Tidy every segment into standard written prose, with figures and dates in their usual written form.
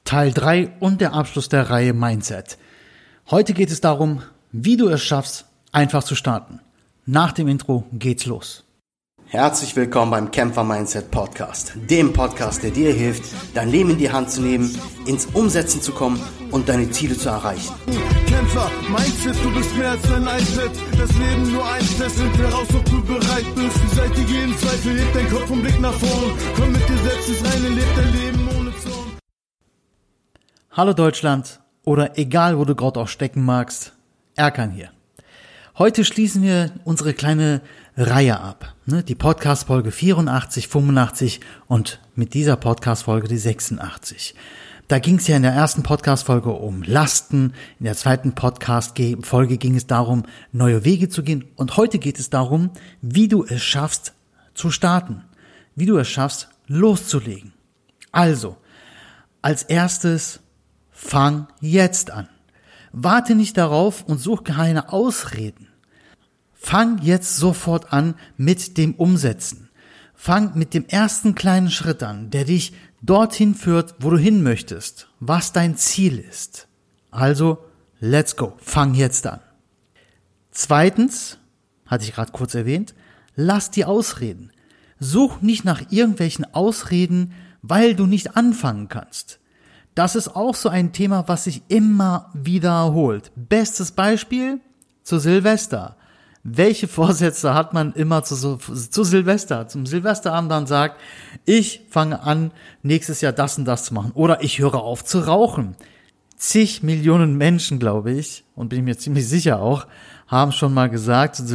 Teil 3 und der Abschluss der Reihe Mindset. Heute geht es darum, wie du es schaffst, einfach zu starten. Nach dem Intro geht's los. Herzlich willkommen beim Kämpfer Mindset Podcast, dem Podcast, der dir hilft, dein Leben in die Hand zu nehmen, ins Umsetzen zu kommen und deine Ziele zu erreichen. Kämpfer Mindset, du bist mehr als ein iPad, das Leben nur ein Test, find heraus, ob du bereit bist, beseitige jeden Zweifel, heb dein Kopf und Blick nach vorn, komm mit dir selbst ins Reine, leb dein Leben ohne Zorn. Hallo Deutschland oder egal wo du gerade auch stecken magst, Erkan hier. Heute schließen wir unsere kleine Reihe ab, die Podcast-Folge 84, 85 und mit dieser Podcast-Folge die 86. Da ging es ja in der ersten Podcast-Folge um Lasten, in der zweiten Podcast-Folge ging es darum, neue Wege zu gehen und heute geht es darum, wie du es schaffst zu starten, wie du es schaffst loszulegen. Also, als erstes, fang jetzt an. Warte nicht darauf und such keine Ausreden. Fang jetzt sofort an mit dem Umsetzen. Fang mit dem ersten kleinen Schritt an, der dich dorthin führt, wo du hin möchtest, was dein Ziel ist. Also, let's go. Fang jetzt an. Zweitens, hatte ich gerade kurz erwähnt, lass die Ausreden. Such nicht nach irgendwelchen Ausreden, weil du nicht anfangen kannst. Das ist auch so ein Thema, was sich immer wiederholt. Bestes Beispiel zu Silvester. Welche Vorsätze hat man immer zu Silvester? Zum Silvesterabend dann sagt, ich fange an, nächstes Jahr das und das zu machen. Oder ich höre auf zu rauchen. Zig Millionen Menschen, glaube ich, und bin ich mir ziemlich sicher auch, haben schon mal gesagt zum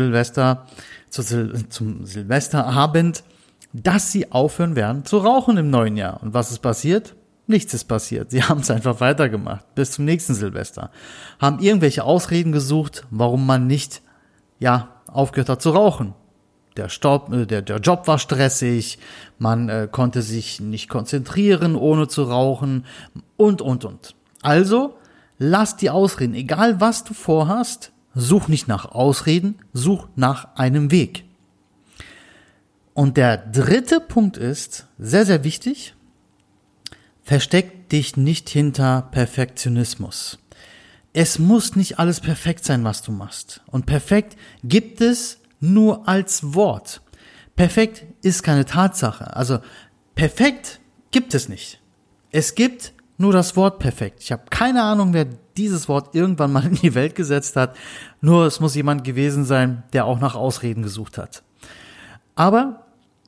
Silvesterabend, dass sie aufhören werden zu rauchen im neuen Jahr. Und was ist passiert? Nichts ist passiert. Sie haben es einfach weitergemacht bis zum nächsten Silvester. Haben irgendwelche Ausreden gesucht, warum man nicht aufgehört hat zu rauchen. Der Job war stressig, man konnte sich nicht konzentrieren, ohne zu rauchen und. Also, lass die Ausreden, egal was du vorhast, such nicht nach Ausreden, such nach einem Weg. Und der dritte Punkt ist, sehr, sehr wichtig, versteck dich nicht hinter Perfektionismus. Es muss nicht alles perfekt sein, was du machst. Und perfekt gibt es nur als Wort. Perfekt ist keine Tatsache. Also perfekt gibt es nicht. Es gibt nur das Wort perfekt. Ich habe keine Ahnung, wer dieses Wort irgendwann mal in die Welt gesetzt hat. Nur es muss jemand gewesen sein, der auch nach Ausreden gesucht hat. Aber,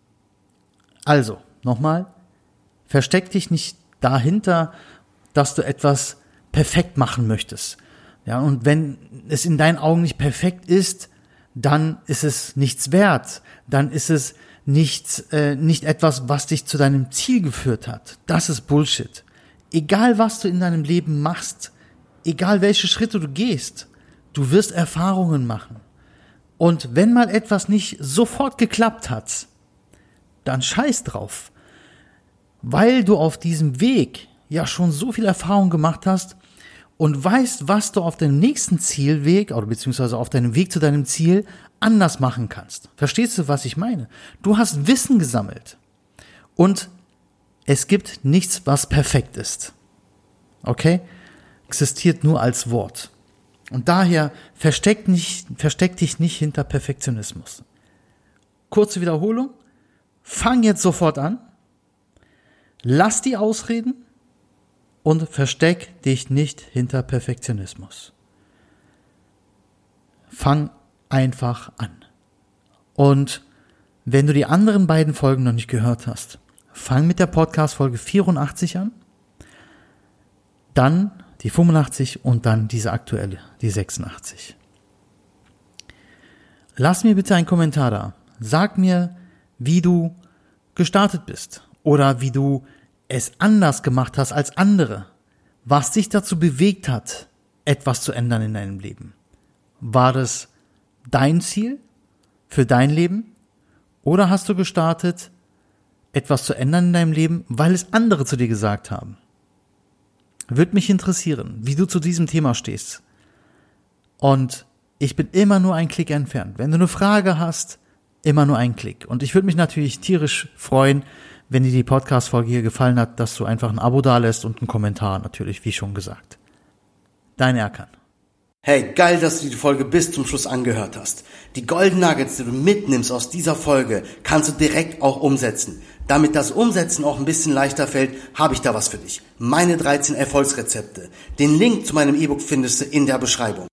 also, nochmal, versteck dich nicht dahinter, dass du etwas perfekt machen möchtest. Ja, und wenn es in deinen Augen nicht perfekt ist, dann ist es nichts wert. Dann ist es nicht etwas, was dich zu deinem Ziel geführt hat. Das ist Bullshit. Egal, was du in deinem Leben machst, egal welche Schritte du gehst, du wirst Erfahrungen machen. Und wenn mal etwas nicht sofort geklappt hat, dann scheiß drauf. Weil du auf diesem Weg ja schon so viel Erfahrung gemacht hast und weißt, was du auf deinem nächsten Zielweg oder beziehungsweise auf deinem Weg zu deinem Ziel anders machen kannst. Verstehst du, was ich meine? Du hast Wissen gesammelt und es gibt nichts, was perfekt ist. Okay? Existiert nur als Wort. Und daher versteck dich nicht hinter Perfektionismus. Kurze Wiederholung. Fang jetzt sofort an. Lass die Ausreden und versteck dich nicht hinter Perfektionismus. Fang einfach an. Und wenn du die anderen beiden Folgen noch nicht gehört hast, fang mit der Podcast-Folge 84 an, dann die 85 und dann diese aktuelle, die 86. Lass mir bitte einen Kommentar da. Sag mir, wie du gestartet bist oder wie du es anders gemacht hast als andere, was dich dazu bewegt hat, etwas zu ändern in deinem Leben. War das dein Ziel für dein Leben oder hast du gestartet, etwas zu ändern in deinem Leben, weil es andere zu dir gesagt haben? Würde mich interessieren, wie du zu diesem Thema stehst. Und ich bin immer nur einen Klick entfernt. Wenn du eine Frage hast, immer nur ein Klick. Und ich würde mich natürlich tierisch freuen, wenn dir die Podcast-Folge hier gefallen hat, dass du einfach ein Abo dalässt und einen Kommentar natürlich, wie schon gesagt. Dein Erkan. Hey, geil, dass du die Folge bis zum Schluss angehört hast. Die Golden Nuggets, die du mitnimmst aus dieser Folge, kannst du direkt auch umsetzen. Damit das Umsetzen auch ein bisschen leichter fällt, habe ich da was für dich. Meine 13 Erfolgsrezepte. Den Link zu meinem E-Book findest du in der Beschreibung.